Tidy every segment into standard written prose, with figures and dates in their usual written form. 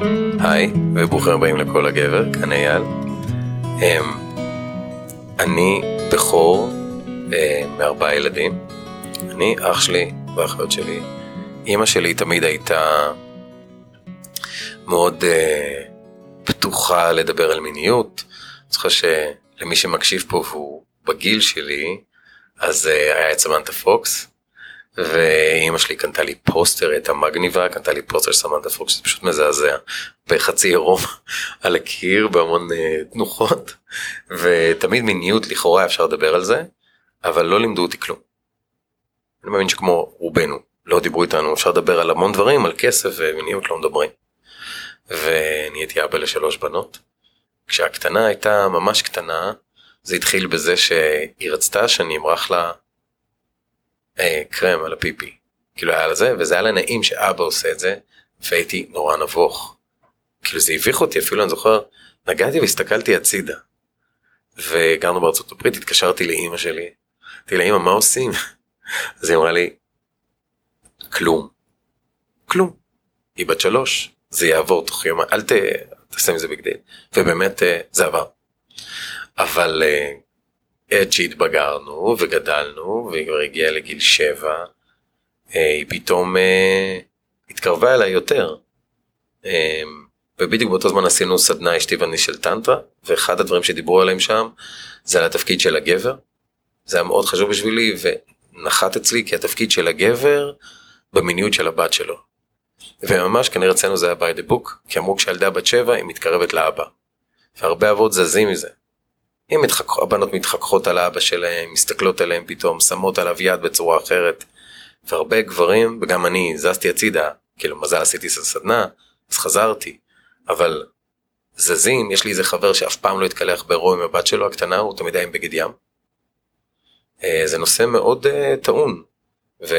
היי, וברוכים הבאים לכל הגבר, כאן אייל. אני בכור מ4 ילדים. אני, אח שלי ואחיות שלי. אמא שלי תמיד הייתה מאוד פתוחה לדבר על מיניות. אני זוכר שלמי שמקשיב פה והוא בגיל שלי, אז היה את סמנטה פוקס, ואמא שלי קנתה לי פוסטר, הייתה מגניבה, קנתה לי פוסטר של סמנטה פוקס, זה פשוט מזעזע, בחצי עירום על הקיר, בהמון תנוחות, ותמיד מיניות לכאורה אפשר לדבר על זה, אבל לא לימדו אותי כלום. אני מאמין שכמו רובנו, לא דיברו איתנו, אפשר לדבר על המון דברים, על כסף ומיניות לא מדברים. ונהייתי אבא ל3 בנות. כשהקטנה הייתה ממש קטנה, זה התחיל בזה שהיא רצתה שאני אמרח לה קרם על הפיפי. כאילו היה לזה, וזה היה לה נעים שאבא עושה את זה, והייתי נורא נבוך. כאילו זה הביך אותי, אפילו אני זוכר, נגעתי והסתכלתי הצידה. וגרנו בארצות הברית, התקשרתי לאמא שלי. אמרתי לה, אמא, מה עושים? אז היא אמרה לי, כלום. כלום. היא בת 3, זה יעבור תוך יום, אל תעשה מזה בגדיל. ובאמת זה עבר. אבל עד שהתבגרנו וגדלנו, והיא כבר הגיעה לגיל 7, היא פתאום התקרבה אליי יותר. ובדיוק באותו זמן עשינו סדנה אשתי ואני של טנטרה, ואחד הדברים שדיברו עליהם שם, זה על התפקיד של הגבר. זה היה מאוד חשוב בשבילי, ונחת אצלי כי התפקיד של הגבר במיניות של הבת שלו. וממש כנראה אצלנו זה היה by the book, כי אמרו כשילדה בת 7 היא מתקרבת לאבא. והרבה אבות זזים מזה. הבנות מתחככות על האבא שלהם, מסתכלות עליהם פתאום, שמות עליו יד בצורה אחרת. והרבה גברים, וגם אני זזתי הצידה, כאילו מזל עשיתי סדנה, אז חזרתי. אבל זזים, יש לי איזה חבר שאף פעם לא התקלח ברוע עם הבת שלו הקטנה, הוא תמיד היה עם בגד ים. זה נושא מאוד טעון, וזה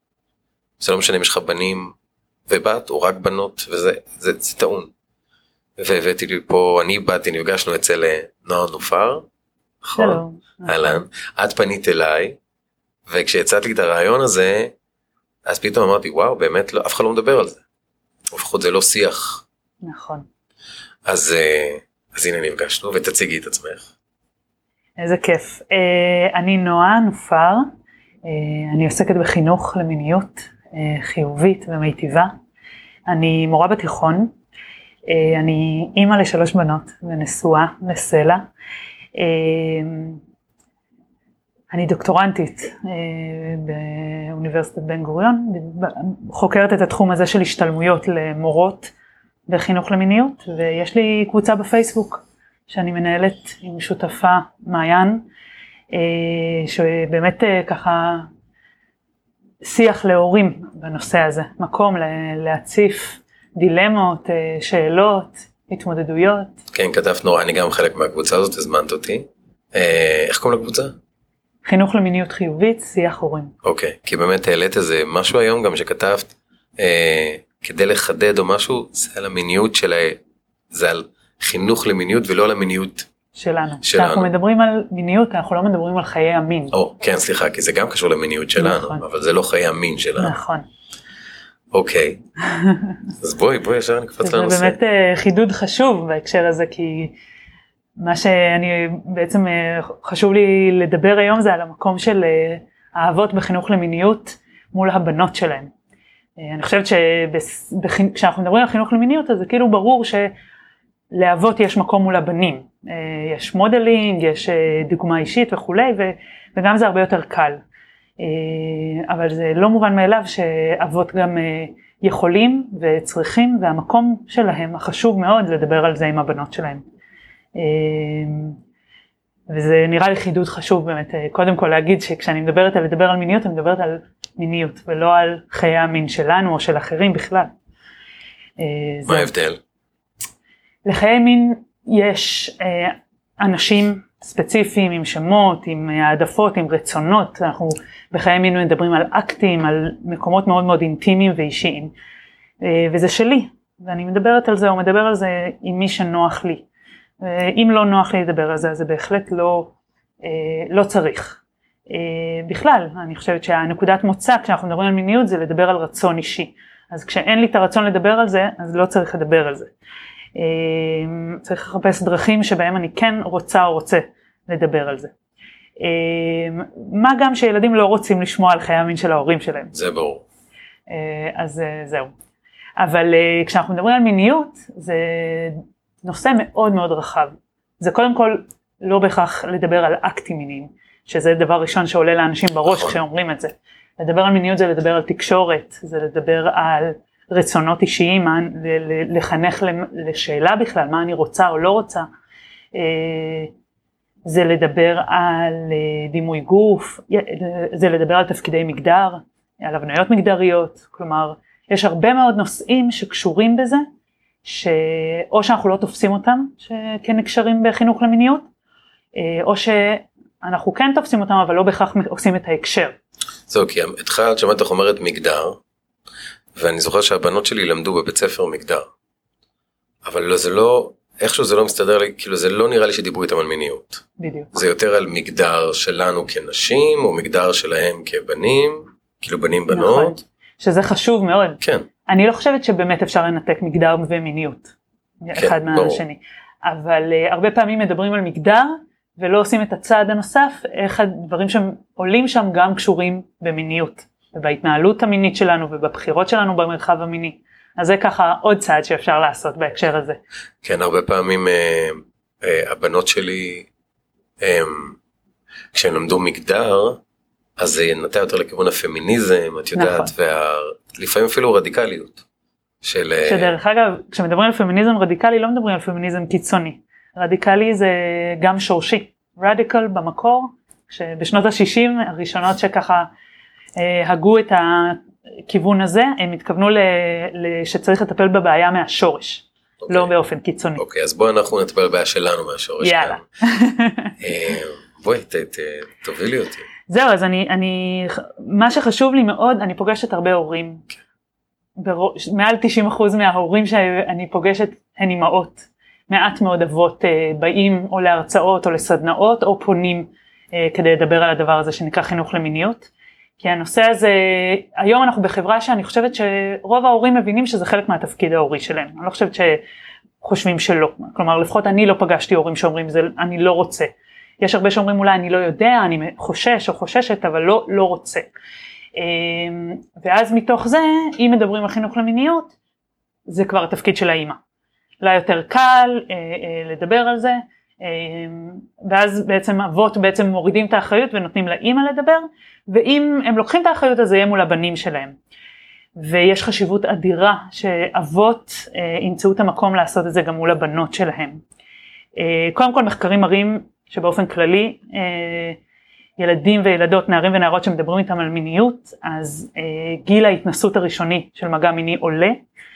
לא משנה אם יש לך בנים ובת, או רק בנות, וזה טעון. והבאתי לי פה, אני באתי, נפגשנו אצל נועה נופר, נכון? אהלן, את פנית אליי, וכשיצאת לי את הרעיון הזה, אז פתאום אמרתי, וואו, באמת לא, אף אחד לא מדבר על זה. לפחות זה לא שיח. נכון. אז הנה נפגשנו, ותציגי את עצמך. איזה כיף. אני נועה נופר, אני עוסקת בחינוך למיניות חיובית ומיטיבה. אני מורה בתיכון, אני אימא ל3 בנות ונשואה לסלע. אני דוקטורנטית באוניברסיטת בן גוריון, חוקרת את התחום הזה של השתלמויות למורות בחינוך למיניות, ויש לי קבוצה בפייסבוק שאני מנהלת עם שותפה מעיין, שבאמת ככה שיח להורים בנושא הזה, מקום להציף דילמות, שאלות, התמודדויות. כן, כתבת נורא, אני גם חלק מהקבוצה הזאת, הזמנת אותי. איך קוראים לקבוצה? חינוך למיניות חיובית, שיח הורים. אוקיי, כי באמת העלית איזה משהו היום גם שכתבת, כדי לחדד או משהו, זה על המיניות זה על חינוך למיניות ולא על המיניות שלנו. כשאנחנו מדברים על מיניות, אנחנו לא מדברים על חיי המין. כן, סליחה, כי זה גם קשור למיניות שלנו, נכון. אבל זה לא חיי המין שלנו. נכון. אוקיי, אז בואי ישר נקפץ לנושא. זה באמת חידוד חשוב בהקשר הזה, כי מה שאני בעצם חשוב לי לדבר היום זה על המקום של האבות בחינוך למיניות מול הבנות שלהם. אני חושבת שכשאנחנו מדברים על חינוך למיניות, אז זה כאילו ברור שלאבות יש מקום מול הבנים. יש מודלינג, יש דוגמה אישית וכולי, וגם זה הרבה יותר קל. אבל זה לא מובן מאליו שאבות גם יכולים וצריכים, והמקום שלהם החשוב מאוד לדבר על זה עם הבנות שלהם. וזה נראה לי חידוד חשוב באמת, קודם כל להגיד שכשאני מדברת על לדבר על מיניות, אני מדברת על מיניות, ולא על חיי המין שלנו או של אחרים בכלל. מה ההבדל? לחיי מין יש אנשים ספציפיים עם שמות, עם העדפות, עם רצונות. אנחנו בחיי מין מדברים על אקטים, על מקומות מאוד מאוד אינטימיים ואישיים. וזה שלי, ואני מדברת על זה או מדבר על זה עם מי שנוח לי. אם לא נוח לי לדבר על זה, אז זה בהחלט לא צריך. בכלל, אני חושבת שהנקודת מוצא כשאנחנו מדברים על מיניות זה לדבר על רצון אישי. אז כשאין לי את הרצון לדבר על זה, אז לא צריך לדבר על זה. צריך לחפש דרכים שבהם אני כן רוצה או רוצה לדבר על זה. מה גם שילדים לא רוצים לשמוע על חיי המין של ההורים שלהם. זה ברור. אז זהו. אבל כשאנחנו מדברים על מיניות, זה נושא מאוד מאוד רחב. זה קודם כל לא בהכרח לדבר על אקטים מיניים, שזה דבר ראשון שעולה לאנשים בראש כשאומרים את זה. לדבר על מיניות זה לדבר על תקשורת, זה לדבר על רצונות אישיים, לחנך לשאלה בכלל, מה אני רוצה או לא רוצה. זה לדבר על דימוי גוף, זה לדבר על תפקידי מגדר, על הבניות מגדריות, כלומר, יש הרבה מאוד נושאים שקשורים בזה, או שאנחנו לא תופסים אותם, שכן נקשרים בחינוך למיניות, או שאנחנו כן תופסים אותם, אבל לא בהכרח עושים את ההקשר. זהו, כי התחלת שמעת אומרת מגדר, ואני זוכר שהבנות שלי למדו בבית ספר מגדר, אבל לא, זה לא, איכשהו זה לא מסתדר לי, כאילו זה לא נראה לי שדיברו איתם על מיניות. בדיוק. זה יותר על מגדר שלנו כנשים, או מגדר שלהם כבנים, כאילו בנים בנות. נכון, שזה חשוב מאוד. כן. אני לא חושבת שבאמת אפשר לנתק מגדר ומיניות, אחד מהשני. אבל הרבה פעמים מדברים על מגדר, ולא עושים את הצעד הנוסף, איך הדברים שעולים שם גם קשורים במיניות, ובהתנהלות המינית שלנו, ובבחירות שלנו במרחב המיני. אז זה ככה עוד צעד שאפשר לעשות בהקשר הזה. כן, הרבה פעמים הבנות שלי, כשהן למדו מגדר, אז זה נטע יותר לכיוון הפמיניזם, את יודעת, נכון. ולפעמים אפילו רדיקליות. שדרך אגב, כשמדברים על פמיניזם רדיקלי, לא מדברים על פמיניזם קיצוני. רדיקלי זה גם שורשי. רדיקל במקור, שבשנות ה-60 הראשונות שככה הגו את הכיוון הזה, הם התכוונו שצריך לטפל בבעיה מהשורש, לא באופן קיצוני. אוקיי, אז בואו אנחנו נטפל בבעיה שלנו מהשורש. יאללה. בואי, תובילי אותי. זהו, אז מה שחשוב לי מאוד, אני פוגשת הרבה הורים. מעל 90% מההורים שאני פוגשת הן אימהות. מעט מאוד אבות באים או להרצאות או לסדנאות או פונים כדי לדבר על הדבר הזה שנקרא חינוך למיניות. כי הנושא הזה, היום אנחנו בחברה שאני חושבת שרוב ההורים מבינים שזה חלק מהתפקיד ההורי שלהם. אני לא חושבת שחושבים שלא. כלומר, לפחות אני לא פגשתי הורים שאומרים זה, אני לא רוצה. יש הרבה שאומרים אולי אני לא יודע, אני חושש או חוששת, אבל לא רוצה. ואז מתוך זה, אם מדברים על חינוך למיניות, זה כבר התפקיד של האמא. לה יותר קל לדבר על זה, ואז בעצם אבות בעצם מורידים את האחריות ונותנים לאמא לדבר, ואם הם לוקחים את האחריות הזה, הם מול הבנים שלהם. ויש חשיבות אדירה שאבות ימצאו את המקום לעשות את זה גם מול הבנות שלהם. קודם כל מחקרים מראים שבאופן כללי, ילדים וילדות, נערים ונערות שמדברים איתם על מיניות, אז גיל ההתנסות הראשוני של מגע מיני עולה,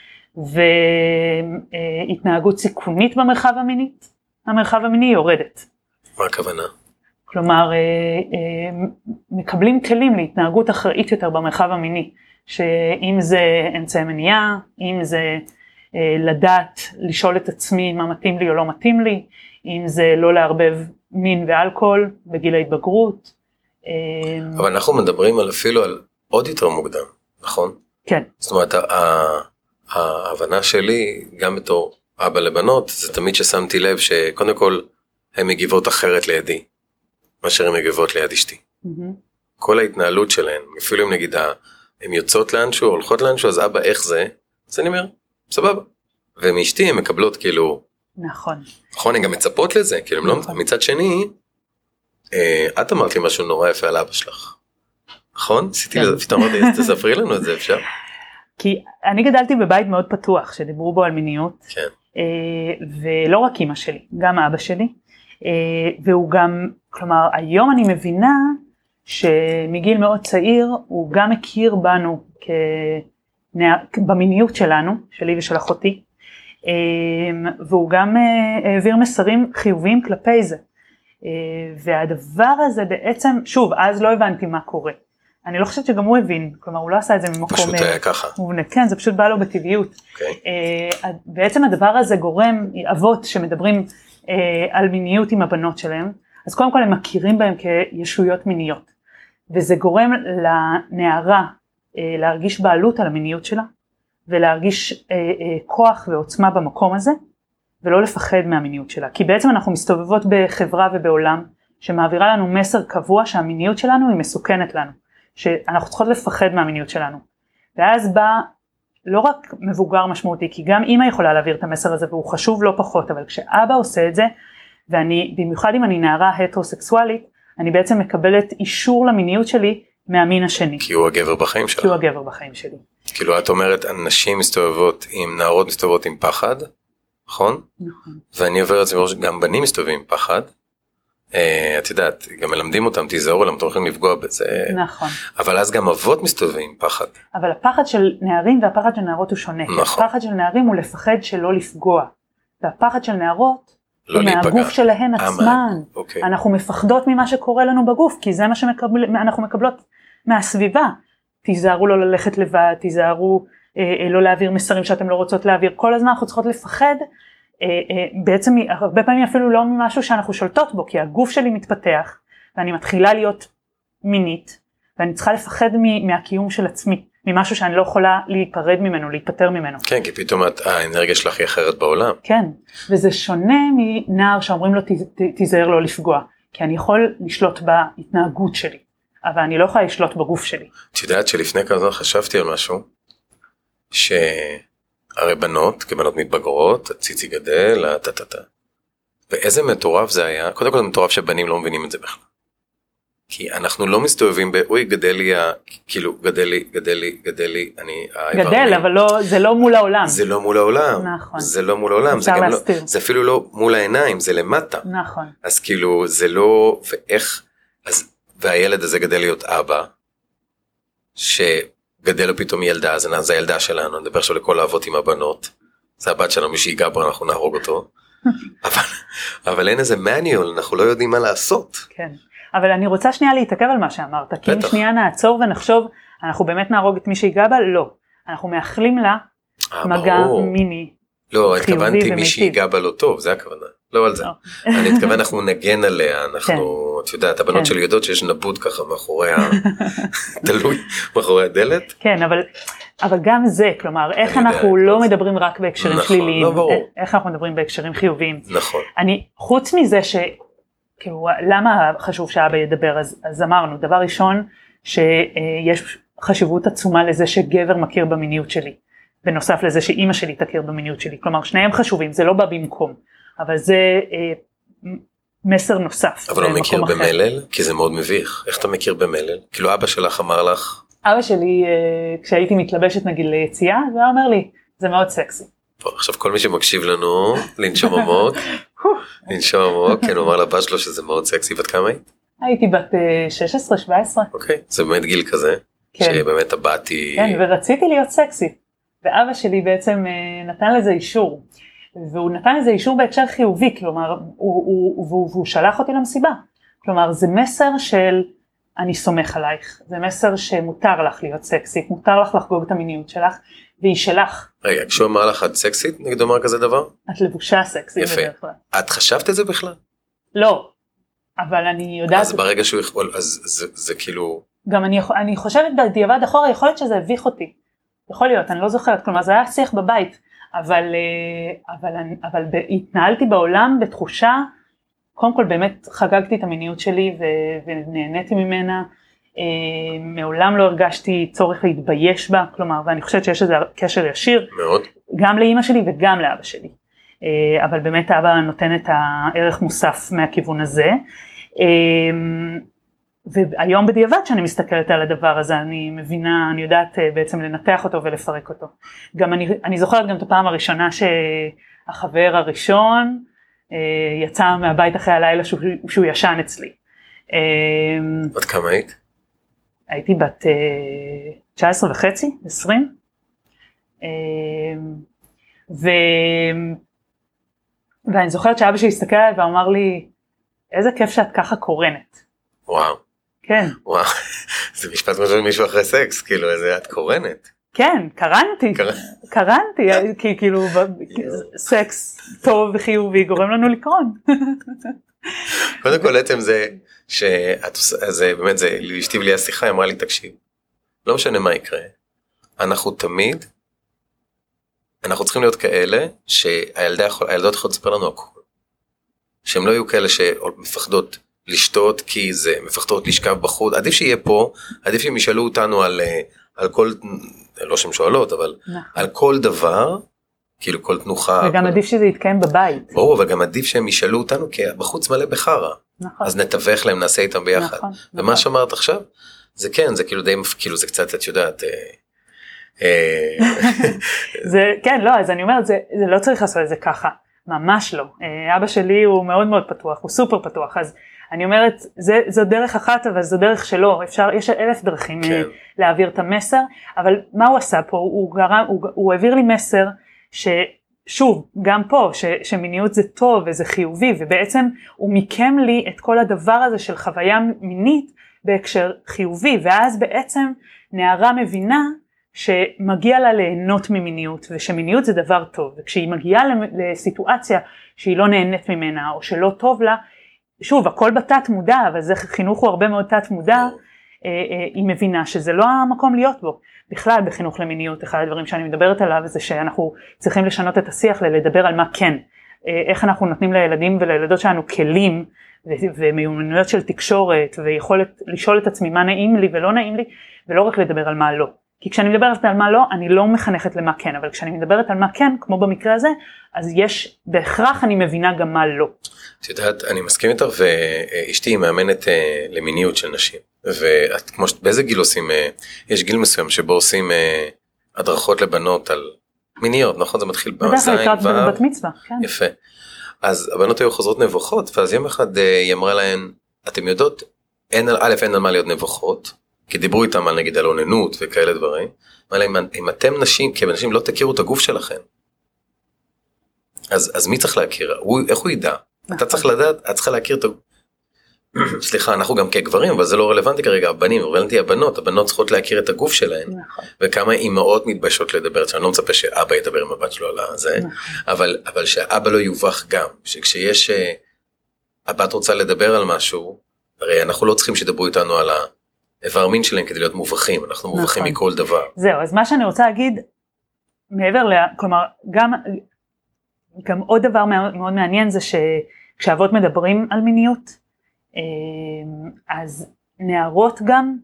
והתנהגות סיכונית המרחב המיני יורדת. מה הכוונה? כלומר, מקבלים כלים להתנהגות אחראית יותר במרחב המיני, שאם זה אמצעי מניעה, אם זה לדעת, לשאול את עצמי מה מתאים לי או לא מתאים לי, אם זה לא לערבב מין ואלכוהול בגיל ההתבגרות. אבל אנחנו מדברים אפילו על עוד יותר מוקדם, נכון? כן. זאת אומרת, ההבנה שלי, גם בתור אבא לבנות, זה תמיד ששמתי לב שקודם כל, הן מגיבות אחרת לידי, מאשר הן מגיבות ליד אשתי. כל ההתנהלות שלהן, אפילו אם נגיד, הן יוצאות לאנשהו, הולכות לאנשהו, אז אבא, איך זה? אז אני אומר, סבבה. ומאשתי הן מקבלות כאילו, נכון. נכון, הן גם מצפות לזה, כאילו, לא, מצד שני, את אמרת לי משהו נורא יפה על אבא שלך. נכון? עשיתי לזה, פתאום אמרתי, תספרי לנו את זה, אפשר? כי אני גדלתי בבית מאוד פתוח, שדיברו בו על מיניות. כן. ולא רק אמא שלי, גם אבא שלי. והוא גם, כלומר, היום אני מבינה שמגיל מאוד צעיר, הוא גם מכיר בנו במיניות שלנו, שלי ושל אחותי, והוא גם העביר מסרים חיוביים כלפי זה. והדבר הזה בעצם, שוב, אז לא הבנתי מה קורה. אני לא חושבת שגם הוא הבין, כלומר הוא לא עשה את זה ממקום פשוט היה ככה. כן, זה פשוט בא לו בטבעיות. בעצם הדבר הזה גורם, אבות שמדברים על מיניות עם הבנות שלהם, אז קודם כל הם מכירים בהם כישויות מיניות, וזה גורם לנערה להרגיש בעלות על המיניות שלה, ולהרגיש כוח ועוצמה במקום הזה, ולא לפחד מהמיניות שלה. כי בעצם אנחנו מסתובבות בחברה ובעולם, שמעבירה לנו מסר קבוע שהמיניות שלנו היא מסוכנת לנו, שאנחנו צריכות לפחד מהמיניות שלנו. ואז בא לא רק מבוגר משמעותי, כי גם אמא יכולה להעביר את המסר הזה, והוא חשוב לא פחות, אבל כשאבא עושה את זה, ואני, במיוחד אם אני נערה הטרוסקסואלית, אני בעצם מקבלת אישור למיניות שלי מהמין השני. כי הוא הגבר בחיים שלך. כי הוא הגבר בחיים שלי. כאילו את אומרת, נשים מסתובבות נערות מסתובבות עם פחד, נכון? נכון. ואני עובר את זה, גם בנים מסתובבים עם פחד. את יודעת, גם מלמדים אותם, תיזהרו להם, אתם הולכים לפגוע בזה. נכון. אבל אז גם אבות מסתובבים עם פחד. אבל הפחד של נערים והפחד של נערות הוא שונה. נכון. הפחד של נערים הוא לפחד שלא לפגוע. והפחד של נערות לא הוא להיפגע. מהגוף שלהן עצמן. אוקיי. אנחנו מפחדות ממה שקורה לנו בגוף, כי זה מה שאנחנו מקבלות מהסביבה. תיזהרו לא ללכת לבד, תיזהרו לא להעביר מסרים שאתם לא רוצות להעביר. כל הזמן אנחנו צריכות לפחד, בעצם הרבה פעמים אפילו לא ממשהו שאנחנו שולטות בו, כי הגוף שלי מתפתח, ואני מתחילה להיות מינית, ואני צריכה לפחד מהקיום של עצמי, ממשהו שאני לא יכולה להיפרד ממנו, להיפטר ממנו. כן, כי פתאום האנרגיה שלך היא אחרת בעולם. כן, וזה שונה מנער שאומרים לו תיזהר לא לפגוע, כי אני יכול לשלוט בהתנהגות שלי, אבל אני לא יכולה לשלוט בגוף שלי. את יודעת שלפני כמה זמן חשבתי על משהו, שהרי בנות, כבנות מתבגרות, הציצי גדל, ואיזה מטורף זה היה, קודם כל מטורף שבנים לא מבינים את זה בכלל. כי אנחנו לא מסתובבים אוי גדל לי, כאילו גדל לי, אני... גדל, אבל לא, זה לא מול העולם. זה לא מול העולם. נכון. זה לא מול העולם. אפשר להסתיר. זה אפילו לא מול העיניים, זה למטה. נכון. אז כאילו זה לא, ואיך, אז, והילד הזה גדל להיות אבא, שגדל לו פתאום ילדה, זה הילדה שלנו, נדבר עכשיו לכל האבות עם הבנות, זה הבת שלנו, מי שיגע בו אנחנו נהרוג אותו, אבל אין איזה manual, אנחנו לא יודעים מה לעשות. כן. אבל אני רוצה שנייה להתעכב על מה שאמרת, כי אם שנייה נעצור ונחשוב, אנחנו באמת נהרוג את מי שיגע בה? לא. אנחנו מאחלים לה מגע מיני. לא, התכוונתי מי שיגע בה לא טוב, זה הכוונה. לא על זה. אני מתכוון, אנחנו נגן עליה, אנחנו, את יודעת, הבנות שלי יודעות שיש נבוד ככה מאחורי תלוי, מאחורי הדלת. כן, אבל גם זה, כלומר, איך אנחנו לא מדברים רק בהקשרים שליליים, איך אנחנו מדברים בהקשרים חיוביים. נכון. חוץ מזה כאילו, למה חשוב שאבא ידבר? אז אמרנו, דבר ראשון, שיש חשיבות עצומה לזה שגבר מכיר במיניות שלי, בנוסף לזה שאימא שלי תכיר במיניות שלי, כלומר שניהם חשובים, זה לא בא במקום, אבל זה מסר נוסף. אבל לא מכיר במלל? כי זה מאוד מביך, איך אתה מכיר במלל? כאילו אבא שלך אמר לך? אבא שלי, כשהייתי מתלבשת נגיד ליציאה, זה אומר לי, זה מאוד סקסי. עכשיו כל מי שמקשיב לנו, לנשום עמוק, כן, הוא אמר לבת שלו שזה מאוד סקסי, בת כמה היית? הייתי בת 16-17. אוקיי, זה באמת גיל כזה, שבאמת הבת היא... כן, ורציתי להיות סקסי, ואבא שלי בעצם נתן לזה אישור, והוא נתן לזה אישור בהקשר חיובי, כלומר, והוא שלח אותי למסיבה, כלומר, זה מסר של אני סומך עלייך, זה מסר שמותר לך להיות סקסית, מותר לך לחגוג את המיניות שלך, והיא שלך. רגע, כשהוא אמר לך את סקסית, נגיד אומר כזה דבר? את לבושה סקסית. יפה. את חשבת את זה בכלל? לא, אבל אני יודעת... אז ברגע שהוא יכבול, אז זה כאילו... גם אני חושבת בדיעבד אחורה, יכול להיות שזה הביך אותי. יכול להיות, אני לא זוכרת, כלומר זה היה שיח בבית, אבל התנהלתי בעולם בתחושה, קודם כל באמת חגגתי את המיניות שלי ונהניתי ממנה, מעולם לא הרגשתי צורך להתבייש בה, כלומר, ואני חושבת שיש איזה קשר ישיר, מאוד. גם לאמא שלי וגם לאבא שלי, אבל באמת אבא נותן את הערך מוסף מהכיוון הזה, והיום בדיעבד שאני מסתכלת על הדבר הזה, אני מבינה, אני יודעת בעצם לנתח אותו ולפרק אותו. גם אני זוכרת גם את הפעם הראשונה שהחבר הראשון יצא מהבית אחרי הלילה שהוא ישן אצלי. בת כמה היית? הייתי בת 19 וחצי, 20. ואני זוכרת שאבא שלי הסתכל עליי ואמר לי, איזה כיף שאת ככה קורנת. וואו. כן. וואו, זה משפט משהו מישהו אחרי סקס, כאילו, איזה את קורנת. כן, קרנתי, כי כאילו סקס טוב וחיובי גורם לנו לקרון. קודם כל עצם זה, שזה באמת, זה, אשתי ולי השיחה, היא אמרה לי, תקשיב, לא משנה מה יקרה, אנחנו תמיד אנחנו צריכים להיות כאלה שהילדות יכולות לספר לנו הכל. שהם לא יהיו כאלה שמפחדות לשתות כי זה מפחדות לשכב בחוץ. עדיף שיהיה פה, עדיף שהם ישאלו אותנו על כל, לא שהם שואלות, אבל על כל דבר, כאילו כל תנוחה. וגם עדיף שזה יתקיים בבית. ברור, אבל גם עדיף שהם ישאלו אותנו כי בחוץ מלא בחרה. נכון. אז נתווך להם, נעשה איתם ביחד. נכון, ומה נכון. שאמרת עכשיו, זה כן, זה כאילו די, כאילו זה קצת, את יודעת, זה, כן, לא, אז אני אומרת, זה לא צריך לעשות את זה ככה, ממש לא. אבא שלי הוא מאוד מאוד פתוח, הוא סופר פתוח, אז אני אומרת, זו דרך אחת, אבל זו דרך שלא, יש 1000 דרכים כן. להעביר את המסר, אבל מה הוא עשה פה? הוא העביר לי מסר ששוב, גם פה, שמיניות זה טוב וזה חיובי, ובעצם הוא מיקם לי את כל הדבר הזה של חוויה מינית בהקשר חיובי, ואז בעצם נערה מבינה שמגיע לה ליהנות ממיניות, ושמיניות זה דבר טוב, וכשהיא מגיעה לסיטואציה שהיא לא נהנית ממנה, או שלא טוב לה, שוב, הכל בתת מודע, אבל זה חינוך הוא הרבה מאוד תת מודע, היא מבינה שזה לא המקום להיות בו. בכלל בחינוך למיניות, אחד הדברים שאני מדברת עליו, זה שאנחנו צריכים לשנות את השיח לדבר על מה כן, איך אנחנו נותנים לילדים ולילדות שלנו כלים, ומיומנויות של תקשורת, ויכולת לשאול את עצמי מה נעים לי ולא נעים לי, ולא רק לדבר על מה לא. כי כשאני מדברת על מה לא, אני לא מחנכת למה כן, אבל כשאני מדברת על מה כן, כמו במקרה הזה, אז יש, בהכרח אני מבינה גם מה לא. את יודעת, אני מסכים איתך, ואשתי היא מאמנת למיניות של נשים, באיזה גיל עושים, יש גיל מסוים שבו עושים הדרכות לבנות על מיניות, נכון? זה מתחיל בזין, בת מצווה, כן. יפה. אז הבנות היו חוזרות נבוכות, ואז יום אחד היא אמרה להן, אתם יודעות, אין על מה להיות נבוכות, כי דיברו איתם על נגיד על אוננות וכאלה דברים, אבל אם אתם נשים, כי אנשים לא תכירו את הגוף שלכם, אז מי צריך להכיר? איך הוא ידע? אתה צריך לדעת, את צריכה להכיר את הגוף. סליחה, אנחנו גם כגברים, אבל זה לא רלוונטי כרגע, הבנים, רלוונטי הבנות צריכות להכיר את הגוף שלהן, וכמה אימהות מתביישות לדבר, שאני לא מצפה שאבא ידבר עם הבת שלו על זה, אבל שאבא לא יובך גם, שכשיש, הבת רוצה לדבר על משהו, הרי אנחנו לא צריכים שדברו איתנו על האיבר מין שלהם כדי להיות מובכים, אנחנו מובכים מכל דבר. זהו, אז מה שאני רוצה להגיד, מעבר כלומר, גם עוד דבר מאוד מעניין זה שכשאבות מדברים על מיניות, אז נערות גם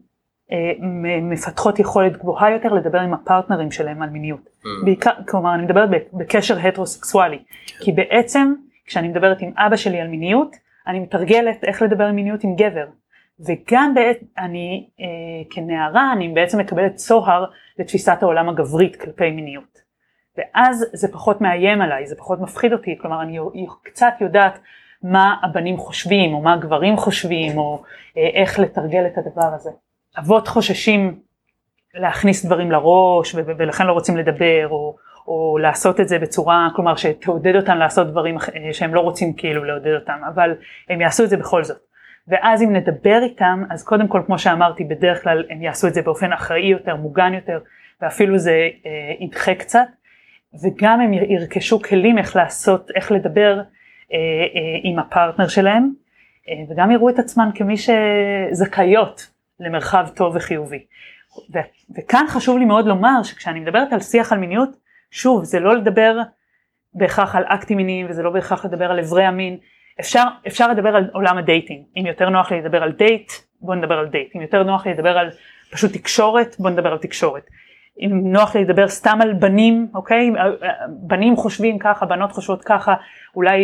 מפתחות יכולת גבוהה יותר לדבר עם הפרטנרים שלהם על מיניות. בעיקר, כלומר, אני מדברת בקשר הטרוסקסואלי, כי בעצם כשאני מדברת עם אבא שלי על מיניות, אני מתרגלת איך לדבר עם מיניות עם גבר. וגם אני כנערה, אני בעצם מקבלת צוהר לתפיסת העולם הגברית כלפי מיניות. ואז זה פחות מאיים עליי, זה פחות מפחיד אותי, כלומר אני קצת יודעת מה הבנים חושבים, או מה הגברים חושבים, או איך לתרגל את הדבר הזה. אבות חוששים להכניס דברים לראש, ולכן לא רוצים לדבר, או לעשות את זה בצורה, כלומר שתעודד אותם לעשות דברים שהם לא רוצים כאילו לעודד אותם, אבל הם יעשו את זה בכל זאת. ואז אם נדבר איתם, אז קודם כל, כמו שאמרתי, בדרך כלל הם יעשו את זה באופן אחראי יותר, מוגן יותר, ואפילו זה ידחה קצת, וגם הם ירכשו כלים איך לעשות, איך לדבר עם הפרטנר שלהם, וגם יראו את עצמן כמי שזכאיות למרחב טוב וחיובי. וכאן חשוב לי מאוד לומר, שכשאני מדברת על שיח על מיניות, שוב, זה לא לדבר בהכרח על אקטים מיניים, וזה לא בהכרח לדבר על עברי המין, אפשר לדבר על עולם הדייטינג. אם יותר נוח לי לדבר על דייט, בוא נדבר על דייט. אם יותר נוח לי לדבר על פשוט תקשורת, בוא נדבר על תקשורת. אם נוח לי לדבר סתם על בנים, אוקיי? בנים חושבים ככה, בנות חושבות ככה, אולי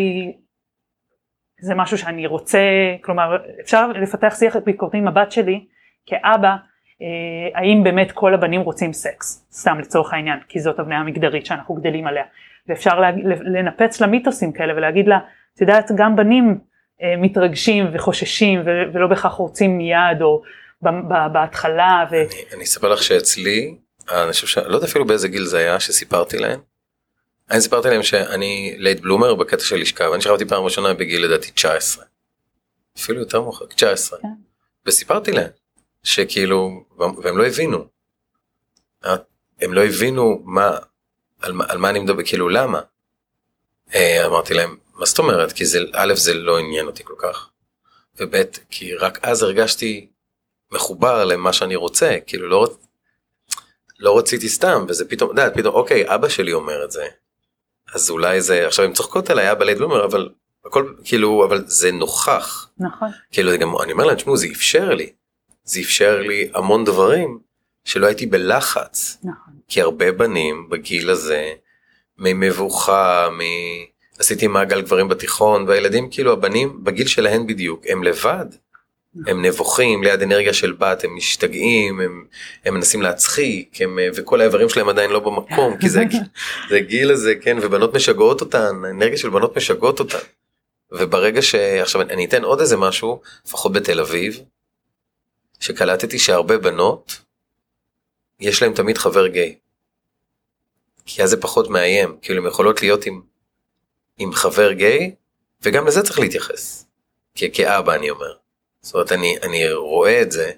זה משהו שאני רוצה, כלומר, אפשר לפתח שיח ביקורתי עם הבת שלי, כאבא, האם באמת כל הבנים רוצים סקס, סתם לצורך העניין, כי זאת הבניה המגדרית שאנחנו גדלים עליה. ואפשר לנפץ למיתוסים כאלה ולהגיד לה, את יודעת, גם בנים מתרגשים וחוששים ולא בכך רוצים מיד או בהתחלה. אני אספר לך שאצלי, אני חושב לא יודע אפילו באיזה גיל זה היה שסיפרתי להם. אני סיפרתי להם שאני לייט בלומר בקטע של לשכה, ואני שכבתי פעם ראשונה בגיל לדעתי 19. אפילו יותר מוחק, 19. כן. וסיפרתי להם שכאילו, והם לא הבינו. הם לא הבינו על מה אני מדבר, כאילו למה. אמרתי להם, מה זאת אומרת? כי א' זה לא עניין אותי כל כך. וב' כי רק אז הרגשתי מחובר למה שאני רוצה, כאילו לא רוצה. לא רציתי סתם, וזה פתאום, פתאום, אוקיי, אבא שלי אומר את זה, אז אולי זה, עכשיו הם צוחקות עליי, אבא ליד בלומר, אבל הכל, כאילו, אבל זה נוכח. נכון. כאילו, גם, אני אומר להם, תשמעו, זה אפשר לי המון דברים, שלא הייתי בלחץ. נכון. כי הרבה בנים בגיל הזה, ממבוכה, עשיתי מעגל גברים בתיכון, והילדים, כאילו, הבנים, בגיל שלהם בדיוק, הם לבד. הם נבוכים ליד אנרגיה של בת, הם משתגעים, הם מנסים להצחיק, וכל האיברים שלהם עדיין לא במקום, כי זה הגיל הזה, כן, ובנות משגעות אותן, האנרגיה של בנות משגעות אותן. וברגע עכשיו אני אתן עוד איזה משהו, לפחות בתל אביב, שקלטתי שהרבה בנות, יש להם תמיד חבר גיי. כי אז זה פחות מאיים, כאילו הם יכולות להיות עם חבר גיי, וגם לזה צריך להתייחס. כאבא אני אומר. זאת אומרת, אני רואה את זה,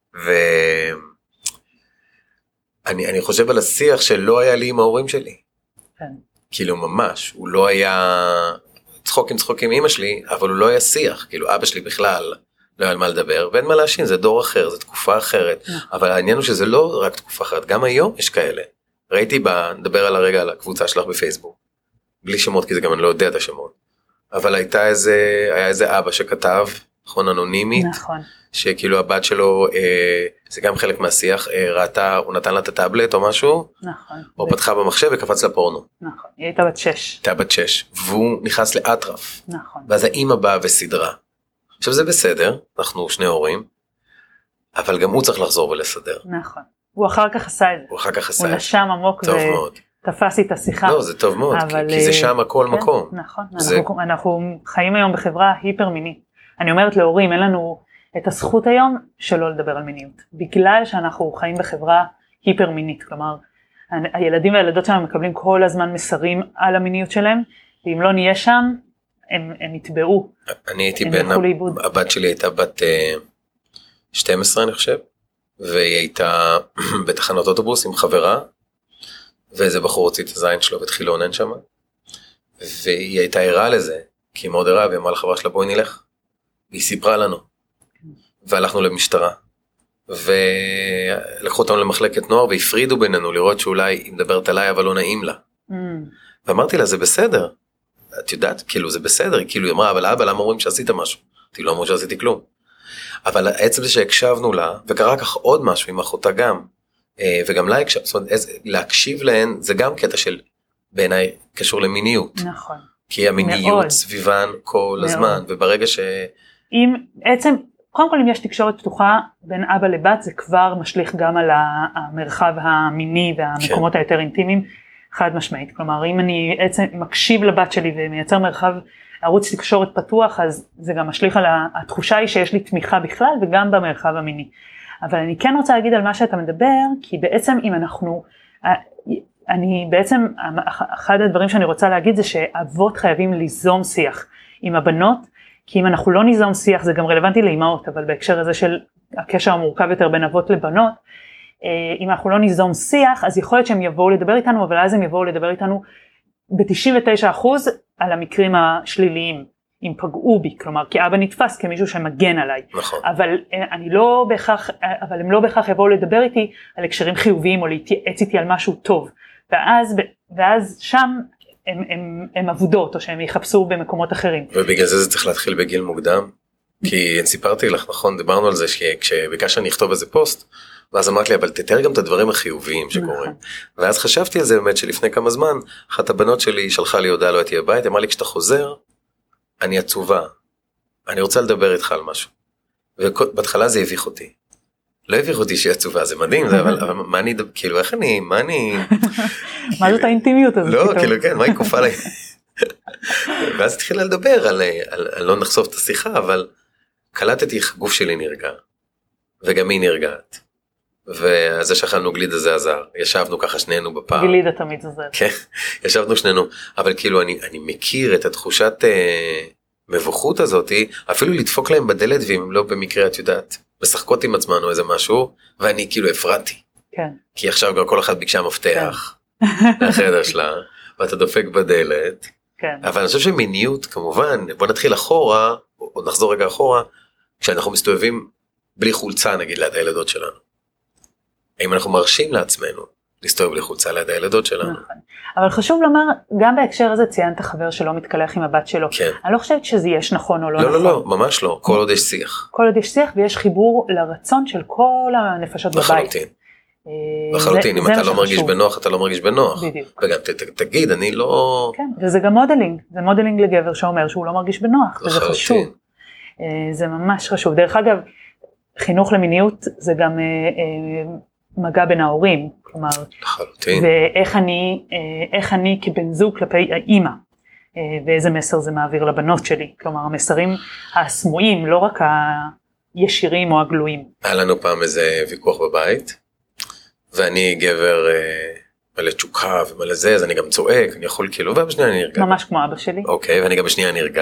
ואני חושב על השיח שלא היה לי עם ההורים שלי. כן. כאילו ממש, הוא לא היה צחוק עם אמא שלי, אבל הוא לא היה שיח. כאילו אבא שלי בכלל לא היה על מה לדבר, ואין מה להשין, זה דור אחר, זה תקופה אחרת. אבל העניין הוא שזה לא רק תקופה אחרת, גם היום יש כאלה. ראיתי נדבר על הרגע על הקבוצה שלך בפייסבוק, בלי שמות, כי זה גם אני לא יודע את השמות. אבל היה איזה אבא שכתב, נכון, אנונימית, נכון. שכאילו הבת שלו, זה גם חלק מהשיח, ראתה, הוא נתן לה את הטאבלט או משהו, נכון. או פתחה במחשב וקפץ לפורנו. נכון, היא הייתה בת 6. הייתה בת 6, והוא נכנס לאטרף. נכון. ואז האמא באה וסדרה. עכשיו זה בסדר, אנחנו שני הורים, אבל גם הוא צריך לחזור ולסדר. נכון. הוא אחר כך עשה את זה. הוא נשם עמוק ותפס את השיחה. לא, זה טוב מאוד, כי זה שם הכל מקום. נכון, אנחנו חיים היום בחברה היפר מינית. אני אומרת להורים, אין לנו את הזכות היום שלא לדבר על מיניות. בגלל שאנחנו חיים בחברה היפר מינית. כלומר, הילדים והילדות שלנו מקבלים כל הזמן מסרים על המיניות שלהם, ואם לא נהיה שם, הם יתבעו. אני הייתי הבת שלי הייתה בת 12 אני חושב, והיא הייתה בתחנות אוטובוס עם חברה, ואיזה בחור הוציא את הזין שלו והתחיל לעונן שם, והיא הייתה ערה לזה, כי היא מאוד ערה, והיא אמרה לחברה שלה בואי נלך, והיא סיפרה לנו, והלכנו למשטרה, ולקחו אותנו למחלקת נוער, והפרידו בינינו לראות שאולי היא מדברת עליי, אבל לא נעים לה. ואמרתי לה, זה בסדר, את יודעת, כאילו זה בסדר, כאילו היא אמרה, אבל אבא, למה אומרים שעשית משהו? היא לא אמרו שעשיתי כלום. אבל עצם זה שהקשבנו לה, וקרה כך עוד משהו עם אחותה גם, וגם לה הקשב, זאת אומרת, להקשיב להן, זה גם קטע של, בעיניי, קשור למיניות. נכון. כי המיניות סביבן כל הזמן, וברגע ש... קודם כל אם יש תקשורת פתוחה בין אבא לבת, זה כבר משליך גם על המרחב המיני והמקומות היותר אינטימיים, חד משמעית. כלומר, אם אני מקשיב לבת שלי ומייצר מרחב ערוץ תקשורת פתוח, אז זה גם משליך על התחושה היא שיש לי תמיכה בכלל וגם במרחב המיני. אבל אני כן רוצה להגיד על מה שאתה מדבר, כי בעצם אם אחד הדברים שאני רוצה להגיד זה שאבות חייבים ליזום שיח עם הבנות, כי אם אנחנו לא ניזום שיח, זה גם רלוונטי לאימהות, אבל בהקשר הזה של הקשר המורכב יותר בין אבות לבנות, אם אנחנו לא ניזום שיח, אז יכול להיות שהם יבואו לדבר איתנו, אבל אז הם יבואו לדבר איתנו ב-99% על המקרים השליליים, אם פגעו בי, כלומר, כי אבא נתפס כמישהו שמגן עליי. נכון. אבל הם לא בהכרח יבואו לדבר איתי על הקשרים חיוביים, או להתייעץ איתי על משהו טוב. ואז שם הם עבודות, או שהם יחפשו במקומות אחרים. ובגלל זה צריך להתחיל בגיל מוקדם, כי סיפרתי לך, נכון, דיברנו על זה, כשביקשתי שאני אכתוב איזה פוסט, ואז אמרת לי, אבל תתאר גם את הדברים החיוביים שקורים. ואז חשבתי על זה באמת שלפני כמה זמן, אחת הבנות שלי שלחה לי הודעה, לא הייתי בבית, אמרה לי, כשאתה חוזר, אני עצובה, אני רוצה לדבר איתך על משהו. ובהתחלה זה הביך אותי. לא הביך אותי שהיא עצובה, זה מדהים, אבל מה אני, כאילו, איך אני, מה מה זאת האינטימיות הזאת? לא, כאילו, כן, מה היא קופה לי? ואז התחילה לדבר על לא נחשוף את השיחה, אבל קלטתי איך הגוף שלי נרגע, וגם היא נרגעת. וזה שאכלנו גלידה זה עזר, ישבנו ככה שנינו בפער. גלידה תמיד עזר. כן, ישבנו שנינו, אבל כאילו אני מכיר את התחושת מבוכות הזאת, אפילו לדפוק להם בדלת, ואם לא במקרה את יודעת, משחקות עם עצמנו איזה משהו, ואני כאילו הפרעתי. כן. כי עכשיו גם כל אחד ביקשה מפתח, לחדר שלה, ואתה דופק בדלת. כן. אבל אני חושב שמיניות, כמובן, בוא נתחיל אחורה, או נחזור רגע אחורה, כשאנחנו מסתובבים בלי חולצה, נגיד, ליד הילדות שלנו. האם אנחנו מרשים לעצמנו להסתובב לחוצה ליד הילדות שלנו. נכון. אבל חשוב לומר, גם בהקשר הזה ציינת חבר שלא מתקלח עם הבת שלו. כן. אני לא חושבת שזה יש נכון או לא נכון. לא, לא, ממש לא, כל עוד יש שיח. כל עוד יש שיח ויש חיבור לרצון של כל הנפשות בבית. לחלוטין. לחלוטין, אם אתה לא מרגיש בנוח, אתה לא מרגיש בנוח. בדיוק. וגם תגיד, אני לא... כן, וזה גם מודלינג, זה מודלינג לגבר שאומר שהוא לא מרגיש בנוח, וזה חשוב. זה ממש חשוב. דרך אגב, חינוך למיניות זה גם מגע בין ההורים, כלומר, לחלוטין. ואיך אני כבן זוג כלפי האימא, ואיזה מסר זה מעביר לבנות שלי, כלומר המסרים הסמויים, לא רק הישירים או הגלויים. היה לנו פעם איזה ויכוח בבית, ואני גבר מלא תשוקה ומלא זה, אז אני גם צועק, אני יכול כאילו, ובשנייה אני נרגע. ממש כמו אבא שלי. אוקיי, ואני גם בשנייה נרגע.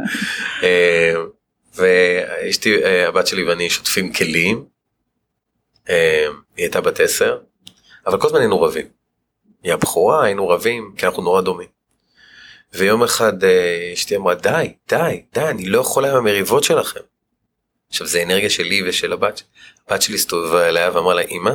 ואשתי, הבת שלי ואני שוטפים כלים, היא הייתה בת 10, אבל כל הזמן היינו רבים. היא הבחורה, היינו רבים, כי אנחנו נורא דומים. ויום אחד אשתי אמרה, די, אני לא יכולה עם המריבות שלכם. עכשיו, זה אנרגיה שלי ושל הבת. הבת שלי הסתובבה אליה ואמרה לה, אמא,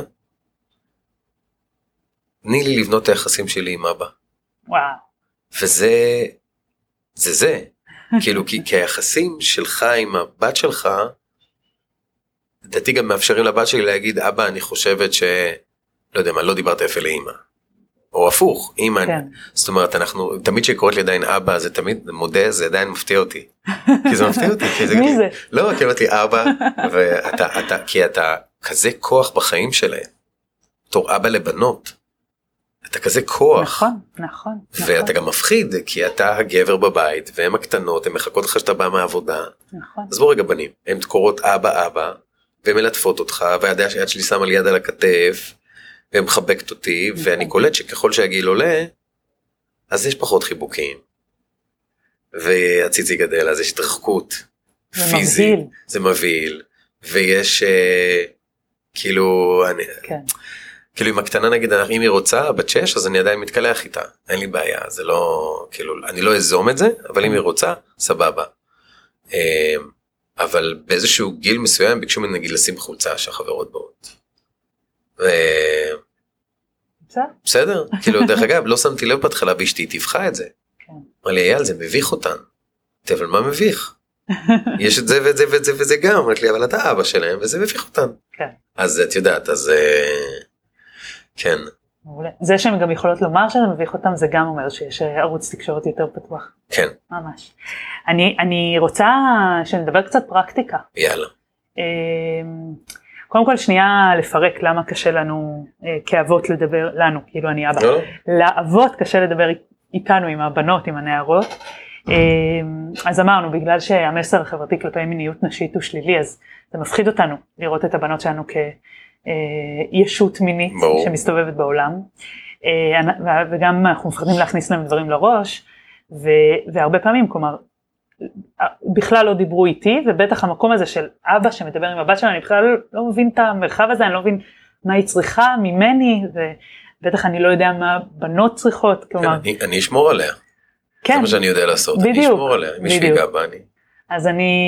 תני לי לבנות את היחסים שלי עם אבא. וואו. וזה, זה. כאילו, כי היחסים שלך עם הבת שלך, לדעתי גם מאפשרים לבת שלי להגיד, אבא, אני חושבת לא יודע מה, לא דיברת יפה לאמא. או הפוך, אמא. כן. זאת אומרת, תמיד שקוראת לי עדיין אבא, זה תמיד מודה, זה עדיין מפתיע אותי. כי זה מפתיע אותי. מי זה? לא, כי אמרתי אבא, כי אתה כזה כוח בחיים שלהם. תור אבא לבנות. אתה כזה כוח. נכון. ואתה גם מפחיד, כי אתה הגבר בבית, והם הקטנות, הם מחכות לך שאתה בא מהעבודה. נכון. אז בוא רגע בנים, הם קוראות אבא, והן מלטפות אותך, והיד שלי שמה לי יד על הכתף, והן מחבקת אותי, ואני קולט שככל שהגיל עולה, אז יש פחות חיבוקים. והציצי גדל, אז יש התרחקות פיזית. זה מבהיל. ויש, כאילו, כאילו עם הקטנה נגיד, אם היא רוצה, בת 6, אז אני עדיין מתקלח איתה. אין לי בעיה, זה לא, כאילו, אני לא אזום את זה, אבל אם היא רוצה, סבבה. אבל באיזשהו גיל מסוים, ביקשו ממני נגיד לשים חולצה שהחברות באות. בסדר? כאילו, דרך אגב, לא שמתי לב בהתחלה, ואשתי תבחה את זה. אמר לי, אייל, זה מביך אותן. אבל מה מביך? יש את זה ואת זה ואת זה וזה גם. אמרת לי, אבל אתה אבא שלהם, וזה מביך אותן. אז את יודעת, אז כן. זה שהן גם יכולות לומר שזה מביך אותם, זה גם אומר שיש ערוץ תקשורת יותר פתוח. כן. ממש. אני רוצה שנדבר קצת פרקטיקה. יאללה. קודם כל שנייה לפרק למה קשה לנו כאבות לדבר, לנו, כאילו אני אבא. לאבות קשה לדבר איתנו, עם הבנות, עם הנערות. אז אמרנו, בגלל שהמסר החברתי כלפי מיניות נשית הוא שלילי, אז זה מפחיד אותנו לראות את הבנות שלנו כישות מינית שמסתובבת בעולם. וגם אנחנו מפחדים להכניס להם דברים לראש, והרבה פעמים, כלומר, בכלל לא דיברו איתי, ובטח המקום הזה של אבא שמדבר עם הבת שלנו, אני בכלל לא מבין את המרחב הזה, אני לא מבין מה היא צריכה ממני, ובטח אני לא יודע מה בנות צריכות, כלומר. אני אשמור עליה. כן. זה מה שאני יודע לעשות, אני אשמור עליה, מי שפיגע בה אני. אז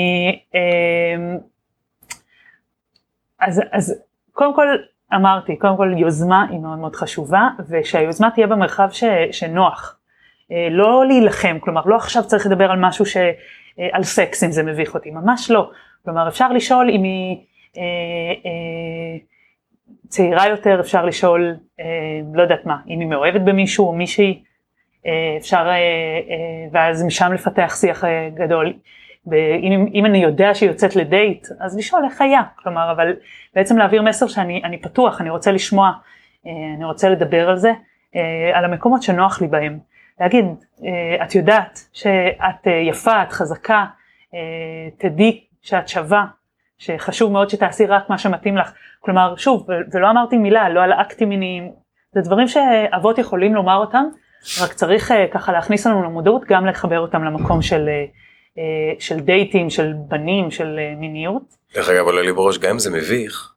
אז קודם כל אמרתי, קודם כל יוזמה היא מאוד מאוד חשובה, ושהיוזמה תהיה במרחב שנוח. לא להילחם, כלומר לא עכשיו צריך לדבר על משהו על סקס אם זה מביך אותי, ממש לא. כלומר אפשר לשאול אם היא צעירה יותר, אפשר לשאול, לא יודעת מה, אם היא מאוהבת במישהו או מישהי, אפשר, ואז משם לפתח שיח גדול. אם אני יודע שהיא יוצאת לדייט, אז לשאול איך היה, כלומר, אבל בעצם להעביר מסר שאני פתוח, אני רוצה לשמוע, אני רוצה לדבר על זה, על המקומות שנוח לי בהם. להגיד, את יודעת שאת יפה, את חזקה, תדעי שאת שווה, שחשוב מאוד שתעשי רק מה שמתאים לך. כלומר, שוב, ולא אמרתי מילה, לא על אקטים מיניים, זה דברים שאבות יכולים לומר אותם, רק צריך ככה להכניס לנו למודעות, גם לחבר אותם למקום של דייטים, של בנים, של מיניות. דרך אגב, עולה לי בראש, גם אם זה מביך,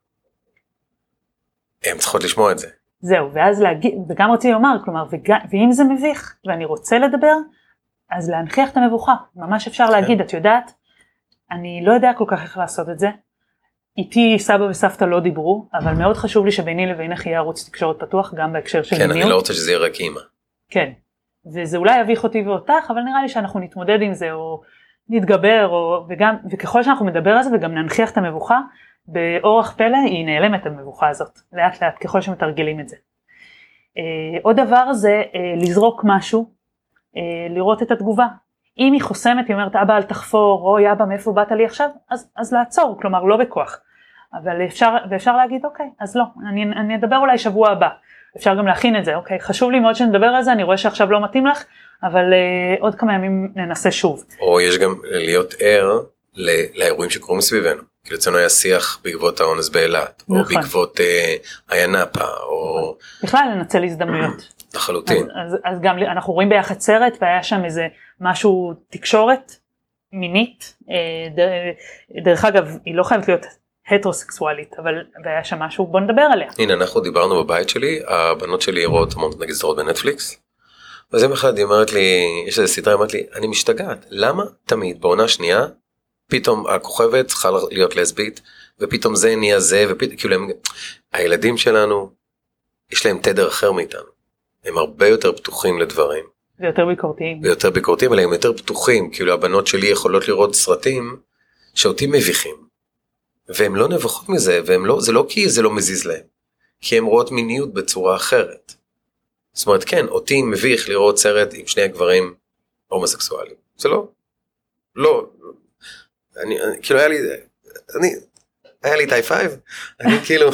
הם צריכות לשמוע את זה. זהו, ואז להגיד, וגם רציתי לומר, כלומר, ואם זה מביך, ואני רוצה לדבר, אז להנכיח את המבוכה, ממש אפשר להגיד, את יודעת, אני לא יודע כל כך איך לעשות את זה, איתי סבא וסבתא לא דיברו, אבל מאוד חשוב לי שביני לבינך יהיה ערוץ תקשורת פתוח, גם בהקשר של כן, מיניות. אני לא רוצה שזה יהיה רק אימא. כן, וזה אולי יביך אותי ואותך, אבל נראה לי שאנחנו נתמודד עם זה, או נתגבר, וככל שאנחנו נדבר על זה, וגם ננכיח את המבוכה, באורח פלא היא נעלמת המבוכה הזאת, לאט לאט, ככל שמתרגלים את זה. עוד דבר זה לזרוק משהו, לראות את התגובה. אם היא חוסמת, היא אומרת, אבא אל תחפור, או אבא מאיפה באת לי עכשיו, אז לעצור, כלומר לא בכוח. אבל אפשר להגיד, אוקיי, אז לא, אני אדבר אולי שבוע הבא. אפשר גם להכין את זה, אוקיי, חשוב לי מאוד שנדבר על זה, אני רואה שעכשיו לא מתאים לך, אבל עוד כמה ימים ננסה שוב. או יש גם להיות ער לאירועים שקורים סביבנו. כאילו אצלנו היה שיח בעקבות האונס באילת, או בעקבות היאנאפה, או... בכלל לנצל הזדמנויות. לחלוטין. אז גם אנחנו רואים ביחד סרט, והיה שם איזה משהו תקשורת מינית, דרך אגב, היא לא חייבת להיות הטרוסקסואלית, אבל היה שם משהו, בוא נדבר עליה. הנה, אנחנו דיברנו בבית שלי, הבנות שלי רואות נגיד סדרות בנטפליקס, ואז יום אחד היא אומרת לי, יש איזה סדרה, היא אומרת לי, אני משתגעת, למה תמיד בעונה שנייה, פתאום הכוכבת צריכה להיות לסבית, ופתאום זה נהיה זה, כאילו הילדים שלנו, יש להם תדר אחר מאיתנו, הם הרבה יותר פתוחים לדברים. ויותר ביקורתיים. ויותר ביקורתיים, אבל הם יותר פתוחים, כאילו הבנות שלי יכולות לראות סרטים, שאותי מביכים, והם לא נבוכות מזה, זה לא כי זה לא מזיז להם, כי הם רואות מיניות בצורה אחרת. זאת אומרת, כן, אותי מביך לראות סרט עם שני הגברים הומוסקסואליים. זה לא, כאילו היה לי את ה-high five, אני כאילו,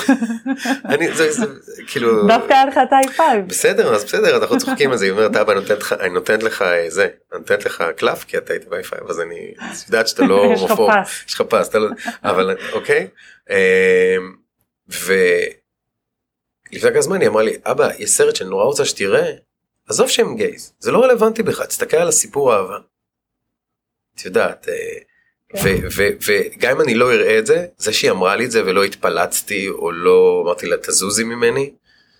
כאילו, דווקא היה לך את ה-high five. בסדר, אז בסדר, אנחנו צוחקים על זה, היא אומרת, אבא, אני נותנת לך זה, אני נותנת לך קלף, כי אתה הייתי ב-high five, אז אני יודעת שאתה לא הומופוב, יש לך פס, אבל אוקיי, ולפני כמה זמן היא אמרה לי, אבא, יש סרט שאני נורא רוצה שתראה, עזוב שהם גייז, זה לא רלוונטי בכלל, תסתכל על הסיפור האהבה, את יודעת, וגם אם אני לא אראה את זה, זה שהיא אמרה לי את זה ולא התפלצתי, או לא אמרתי לה תזוזי ממני,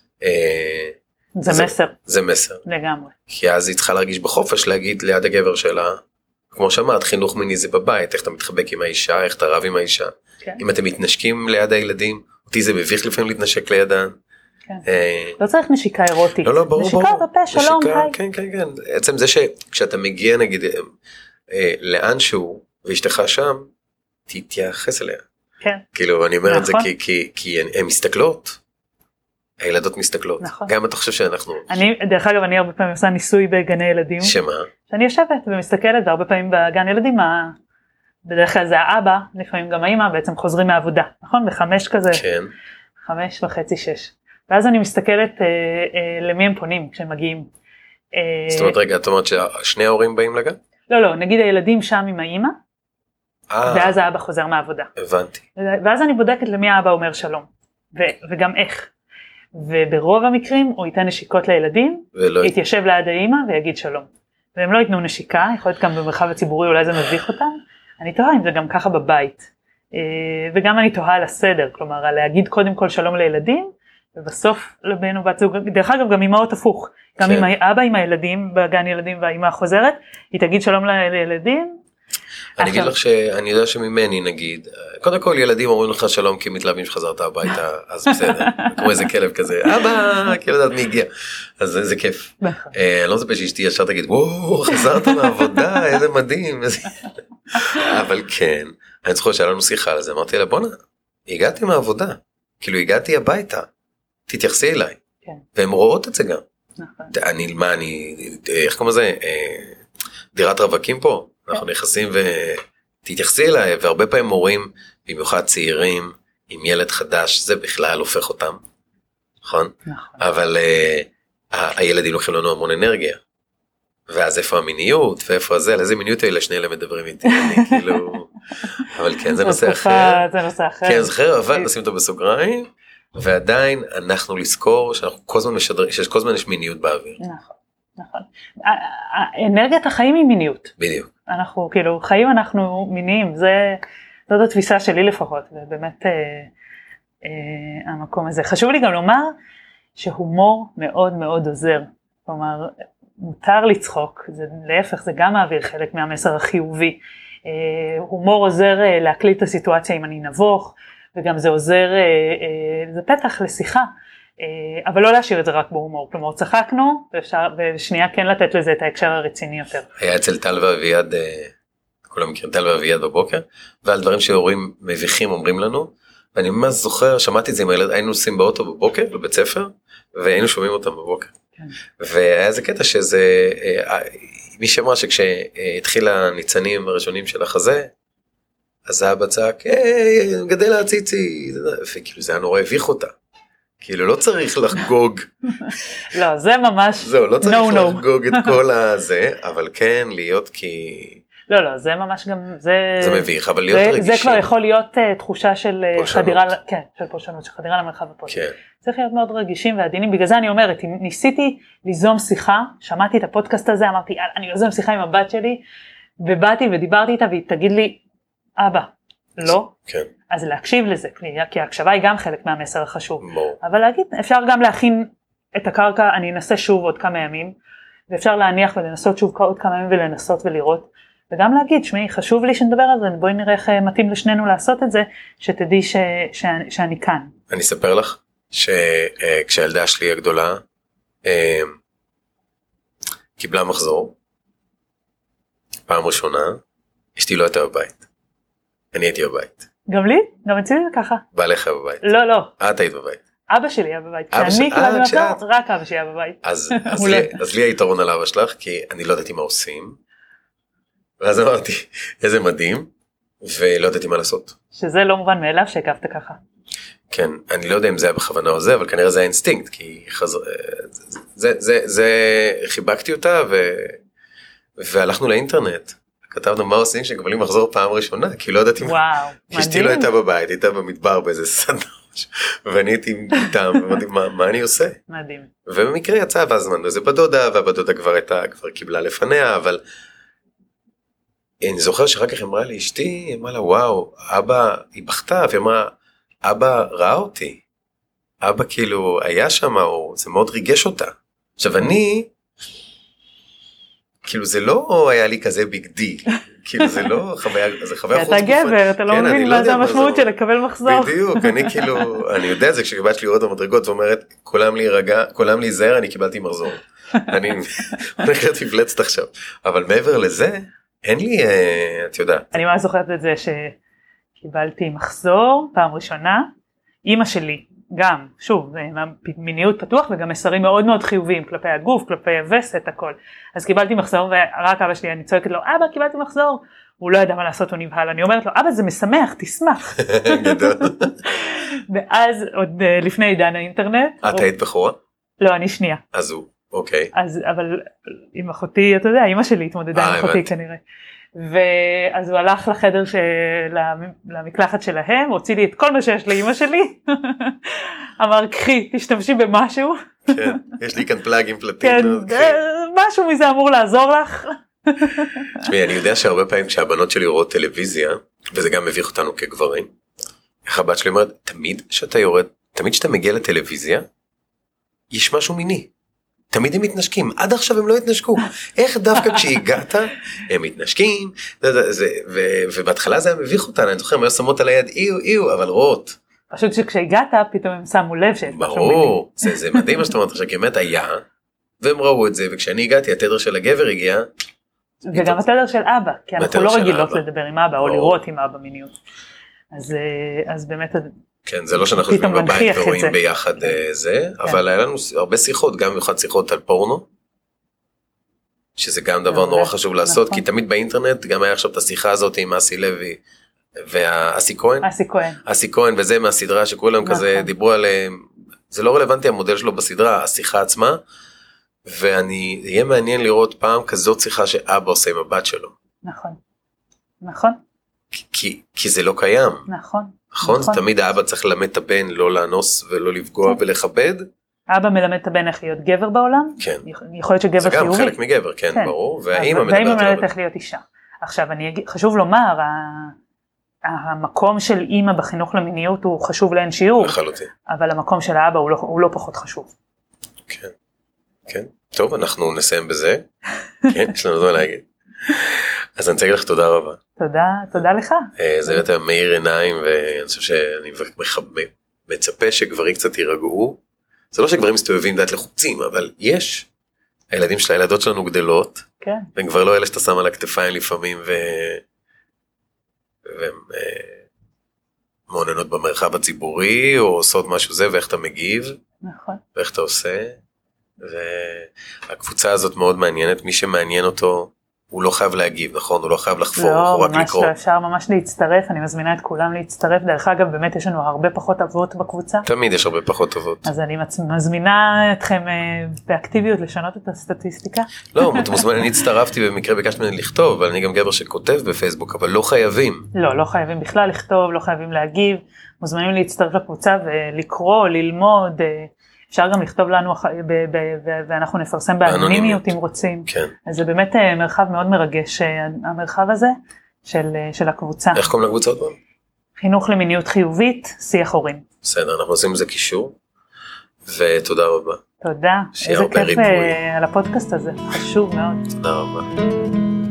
זה מסר. זה מסר. לגמרי. כי אז היא צריכה להרגיש בחופש להגיד ליד הגבר שלה, כמו שאמרת, חינוך מיני זה בבית, איך אתה מתחבק עם האישה, איך אתה רב עם האישה, אם אתם מתנשקים ליד הילדים, אותי זה מביך לפעמים להתנשק לידן. לא צריך נשיקה אירוטית. לא, ברור. נשיקה בפה, שלום, היי. כן. עצם זה שכשאתה מגיע נגיד לאנשהו, ואשתך שם, תתייחס אליה. כן. כאילו, אני אומר את זה כי הן מסתכלות, הילדות מסתכלות. נכון. גם אתה חושב שאנחנו... דרך אגב, אני הרבה פעמים עושה ניסוי בגני ילדים. שמה? שאני יושבת ומסתכלת, והרבה פעמים בגן ילדים, בדרך כלל זה האבא, לפעמים גם האמא, בעצם חוזרים מהעבודה, נכון? ב5 כזה. כן. 5:30, 6. ואז אני מסתכלת למי הם פונים כשהם מגיעים. זאת אומרת, רגע, את אומרת ששני ההורים באים לגן? לא, נגיד הילדים שם עם האמא, ואז האבא חוזר מהעבודה. הבנתי. ואז אני בודקת למי האבא אומר שלום, וגם איך. וברוב המקרים הוא ייתן נשיקות לילדים, יתיישב ליד האמא ויגיד שלום. והם לא ייתנו נשיקה, יכול להיות גם במרחב הציבורי, אולי זה מביך אותם. אני תוהה אם זה גם ככה בבית. וגם אני תוהה על הסדר, כלומר, על להגיד קודם כל שלום לילדים, ובסוף לבינו בת זוג, דרך אגב גם אמהות הפוך, גם עם האבא עם הילדים בגן ילדים והאמא החוזרת, היא תגיד שלום לילדים. אני אגיד לך שאני יודע שממני נגיד, קודם כל ילדים אומרים לך שלום כי מתלהבים שחזרת הביתה, אז בסדר, כמו איזה כלב כזה, אבא, כאילו יודעת מי הגיע, אז זה כיף. אני לא מצפה שאשתי ישר תגיד, וואו, חזרת מהעבודה, איזה מדהים, אבל כן, אני זוכר שהיה לנו שיחה על זה, אמרתי לה, בונה, הגעתי מהעבודה, כאילו הגעתי הביתה, תתייחסי אליי, והם רואות את זה גם. איך קוראים לזה, דירת רווקים פה, אנחנו נכנסים ותתייחסי אליי, והרבה פעמים מורים, במיוחד צעירים, עם ילד חדש, זה בכלל הופך אותם, נכון? אבל הילדים לוקחים לנו המון אנרגיה, ואז איפה המיניות, ואיפה זה, על איזה מיניות האלה שני אלה מדברים איתי, כאילו, אבל כן, זה נושא אחר, כן, זה אחר, אבל נשים אותו בסוגריים, ועדיין אנחנו לזכור שאנחנו כל הזמן משדרים, שיש כל הזמן יש מיניות באוויר. נכון. אנרגיית החיים היא מיניות. בדיוק. אנחנו כאילו, חיים אנחנו מיניים, זאת התפיסה שלי לפחות, ובאמת המקום הזה. חשוב לי גם לומר שהומור מאוד מאוד עוזר. כלומר, מותר לצחוק, להפך זה גם מעביר חלק מהמסר החיובי. הומור עוזר להקליט את הסיטואציה אם אני נבוך, וגם זה עוזר, זה פתח לשיחה, אבל לא להשאיר את זה רק בהומור, כלומר צחקנו, ושנייה כן לתת לזה את ההקשר הרציני יותר. היה אצל טל ואביעד, כולם מכירים טל ואביעד בבוקר, ועל דברים שהורים מביכים אומרים לנו, ואני ממש זוכר, שמעתי את זה עם הילד, היינו נוסעים באוטו בבוקר לבית ספר, והיינו שומעים אותם בבוקר. כן. והיה איזה קטע שזה, מי שאמרה שכשהתחיל הניצנים הראשונים של החזה, אז האבא צעק, גדל הציצי, וכאילו זה היה נורא הביך אותה. כאילו לא צריך לחגוג. לא, זה ממש זהו, לא צריך לחגוג את כל הזה, אבל כן להיות כי... לא, זה ממש גם, זה מביך, אבל להיות רגישים. זה כבר יכול להיות תחושה של חדירה, כן, של פולשנות, של חדירה למרחב הפרטי. כן. צריך להיות מאוד רגישים ועדינים, בגלל זה אני אומרת, אם ניסיתי ליזום שיחה, שמעתי את הפודקאסט הזה, אמרתי, אני יוזם שיחה עם הבת שלי, ובאתי ודיברתי איתה, והיא תגיד לי, אבא, לא? כן. אז להקשיב לזה, כי ההקשבה היא גם חלק מהמסר החשוב. אבל להגיד, אפשר גם להכין את הקרקע, אני אנסה שוב עוד כמה ימים, ואפשר להניח ולנסות שוב עוד כמה ימים ולנסות ולראות, וגם להגיד, שמי, חשוב לי שנדבר על זה, בואי נראה איך מתאים לשנינו לעשות את זה, שתדעי שאני כאן. אני אספר לך, שכשהילדה שלי הגדולה, קיבלה מחזור, פעם ראשונה, אשתי לא הייתה בבית. אני הייתי בבית. גם לי? גם אצלי זה ככה. בעליך בבית. לא. את היית בבית. אבא שלי היה בבית. כשאני קיבלתי מחזור, רק אבא שלי היה בבית. אז לי היתרון על אבא שלך, כי אני לא ידעתי מה עושים. ואז אמרתי, איזה מדהים, ולא ידעתי מה לעשות. שזה לא מובן מאליו שהקבת ככה. כן, אני לא יודע אם זה היה בכוונה או זה, אבל כנראה זה היה אינסטינקט, כי חיבקתי אותה, והלכנו לאינטרנט. כתבנו מה עושים כשקבלים מחזור פעם ראשונה, כי לא ידעתי מה. אשתי לא הייתה בבית, הייתה במדבר באיזה סנדוויץ', ואני הייתי איתם, ואמרתי, מה אני עושה? מדהים. ובמקרה יצא והזמן, וזה בדודה, והבדודה כבר קיבלה לפניה, אבל אני זוכר שאחר כך אמרה לי, אשתי, אמרה לה, וואו, אבא, היא בכתה, והיא אמרה, אבא ראה אותי, אבא כאילו היה שם, זה מאוד ריגש אותה. עכשיו אני, כאילו זה לא היה לי כזה ביג דיל, כאילו זה לא חוויה, זה חוויה חוץ גופנית. אתה גבר, אתה לא מבין מה זה המשמעות של לקבל מחזור. בדיוק, אני כאילו, אני יודע את זה כשקיבלתי לי לראות במדרגות, ואומרת, כולם להיזהר, אני קיבלתי מחזור. אני הולכת לפלצת עכשיו, אבל מעבר לזה, אין לי, את יודעת. אני ממש זוכרת את זה שקיבלתי מחזור פעם ראשונה, אמא שלי גם, שוב, מיניות פתוח וגם מסרים מאוד מאוד חיוביים כלפי הגוף, כלפי הווסת, הכל. אז קיבלתי מחזור ורק אבא שלי, אני צועקת לו, אבא קיבלתי מחזור, הוא לא ידע מה לעשות, הוא נבהל, אני אומרת לו, אבא זה משמח, תשמח. גדול. ואז עוד לפני עידן האינטרנט. את היית בחורה? לא, אני שנייה. אז הוא. אוקיי. אבל עם אחותי, אתה יודע, אמא שלי התמודדה עם אחותי כנראה. ואז הוא הלך לחדר למקלחת שלהם, הוציא לי את כל מה שיש לאמא שלי, אמר, קחי, תשתמשי במשהו. כן, יש לי כאן פלאגים פלטינות. כן, משהו מזה אמור לעזור לך. תשמעי, אני יודע שהרבה פעמים כשהבנות שלי רואות טלוויזיה, וזה גם מביך אותנו כגברים, איך הבת שלי אומרת, תמיד שאתה מגיע לטלוויזיה, יש משהו מיני. תמיד הם מתנשקים, עד עכשיו הם לא התנשקו. איך דווקא כשהגעת, הם מתנשקים, ובהתחלה זה היה מביך אותנו, אני זוכר, הם היו שמות על היד, איו, אבל רואות. פשוט שכשהגעת, פתאום הם שמו לב שיש משהו מיני. ברור, זה מדהים מה שאתה אומרת, עכשיו, כי באמת היה, והם ראו את זה, וכשאני הגעתי, התדר של הגבר הגיע. וגם התדר של אבא, כי אנחנו לא רגילות לדבר עם אבא, או לראות עם אבא מיניות. אז באמת... כן, זה לא שאנחנו יושבים בבית ורואים ביחד זה, אבל היה לנו הרבה שיחות, גם במיוחד שיחות על פורנו, שזה גם דבר נורא חשוב לעשות, כי תמיד באינטרנט, גם היה עכשיו את השיחה הזאת עם אסי לוי, ואסי כהן, אסי כהן, וזה מהסדרה שכולם כזה דיברו עליהם, זה לא רלוונטי המודל שלו בסדרה, השיחה עצמה, ואני, יהיה מעניין לראות פעם כזאת שיחה שאבא עושה עם הבת שלו. נכון. כי זה לא קיים. נכון. נכון? זה תמיד האבא צריך ללמד את הבן לא לאנוס ולא לפגוע ולכבד. האבא מלמד את הבן איך להיות גבר בעולם. כן. יכול להיות שגבר חיובי. זה גם חלק מגבר, כן, ברור. והאמא מלמדת איך להיות אישה. עכשיו, חשוב לומר, המקום של אמא בחינוך למיניות הוא חשוב לאין שיעור. לחלוטין. אבל המקום של האבא הוא לא פחות חשוב. כן. כן. טוב, אנחנו נסיים בזה. כן, יש לנו זמן להגיד. אז אני רוצה להגיד לך תודה רבה. תודה לך. זה באמת מאיר עיניים, ואני חושב שאני מצפה שגברים קצת יירגעו. זה לא שגברים מסתובבים דעת לחוצים, אבל יש. הילדים של הילדות שלנו גדלות, כן. והם כבר לא אלה שאתה שם על הכתפיים לפעמים, והן מעוננות במרחב הציבורי, או עושות משהו זה, ואיך אתה מגיב. נכון. ואיך אתה עושה. והקבוצה הזאת מאוד מעניינת, מי שמעניין אותו, הוא לא חייב להגיב, נכון? הוא לא חייב לחפור, הוא רק לקרוא. לא, ממש אפשר ממש להצטרף, אני מזמינה את כולם להצטרף, דרך אגב באמת יש לנו הרבה פחות אבות בקבוצה. תמיד יש הרבה פחות אבות. אז אני מזמינה אתכם באקטיביות לשנות את הסטטיסטיקה. לא, אני הצטרפתי במקרה ביקשת ממני לכתוב, אבל אני גם גבר שכותב בפייסבוק, אבל לא חייבים. לא חייבים בכלל לכתוב, לא חייבים להגיב, מוזמנים להצטרף לקבוצה ולקרוא, ללמוד, אפשר גם לכתוב לנו ואנחנו נפרסם באנונימיות אם רוצים. כן. אז זה באמת מרחב מאוד מרגש, המרחב הזה של הקבוצה. איך קוראים לקבוצה עוד פעם? חינוך למיניות חיובית, שיח הורים. בסדר, אנחנו עושים לזה קישור, ותודה רבה. תודה, איזה כיף על הפודקאסט הזה, חשוב מאוד. תודה רבה.